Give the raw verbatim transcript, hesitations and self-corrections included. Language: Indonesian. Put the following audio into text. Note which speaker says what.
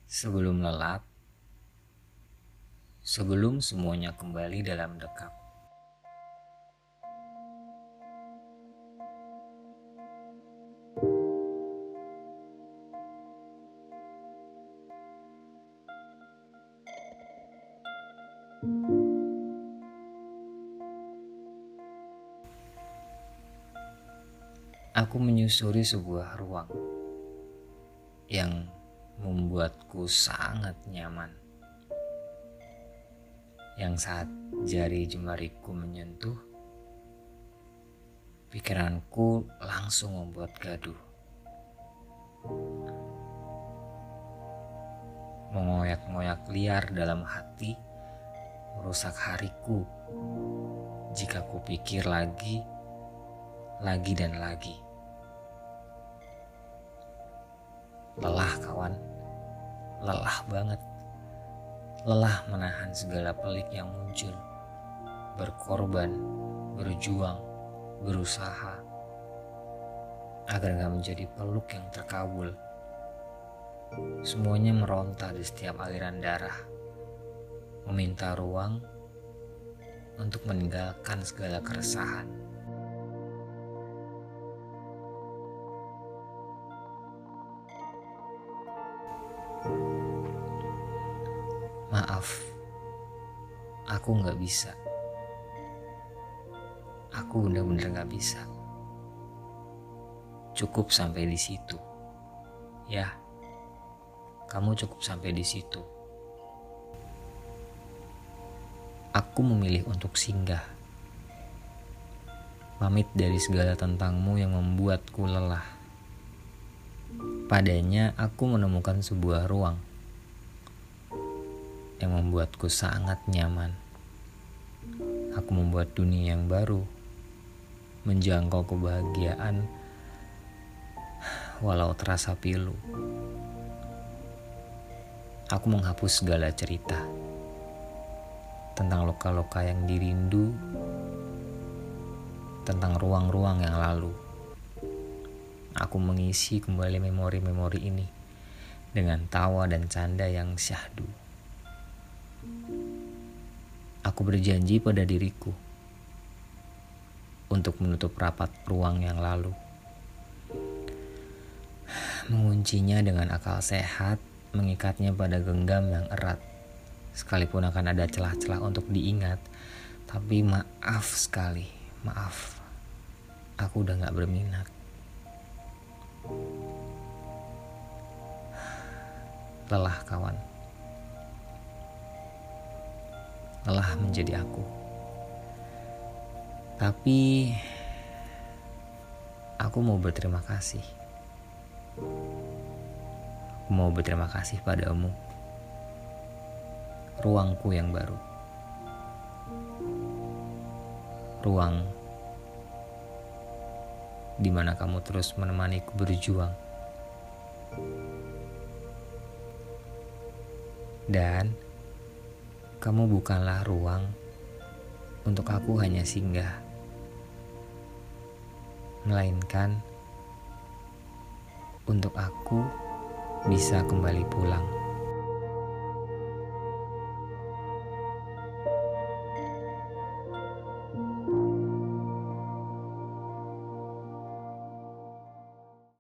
Speaker 1: Sebelum lelap, sebelum semuanya kembali dalam dekap. Aku menyusuri sebuah ruang yang membuatku sangat nyaman. Yang saat jari jemariku menyentuh, pikiranku langsung membuat gaduh. Mengoyak-ngoyak liar dalam hati, merusak hariku jika kupikir lagi, lagi dan lagi. Lelah kawan, lelah banget. Lelah menahan segala pelik yang muncul, berkorban, berjuang, berusaha, agar gak menjadi peluk yang terkabul. Semuanya meronta di setiap aliran darah, meminta ruang untuk meninggalkan segala keresahan. Maaf, aku gak bisa. Aku bener-bener gak bisa. Cukup sampai di situ. Ya, kamu cukup sampai di situ. Aku memilih untuk singgah. Pamit dari segala tentangmu yang membuatku lelah. Padanya aku menemukan sebuah ruang yang membuatku sangat nyaman. Aku membuat dunia yang baru, menjangkau kebahagiaan walau terasa pilu. Aku menghapus segala cerita tentang luka-luka yang dirindu, tentang ruang-ruang yang lalu. Aku mengisi kembali memori-memori ini dengan tawa dan canda yang syahdu. Aku berjanji pada diriku untuk menutup rapat ruang yang lalu, menguncinya dengan akal sehat, mengikatnya pada genggam yang erat. Sekalipun akan ada celah-celah untuk diingat, tapi maaf sekali, maaf, aku udah gak berminat. Lelah kawan, lelah menjadi aku. Tapi aku mau berterima kasih. Aku mau berterima kasih padamu, ruangku yang baru. Ruang di mana kamu terus menemaniku berjuang. Dan kamu bukanlah ruang untuk aku hanya singgah, melainkan untuk aku bisa kembali pulang.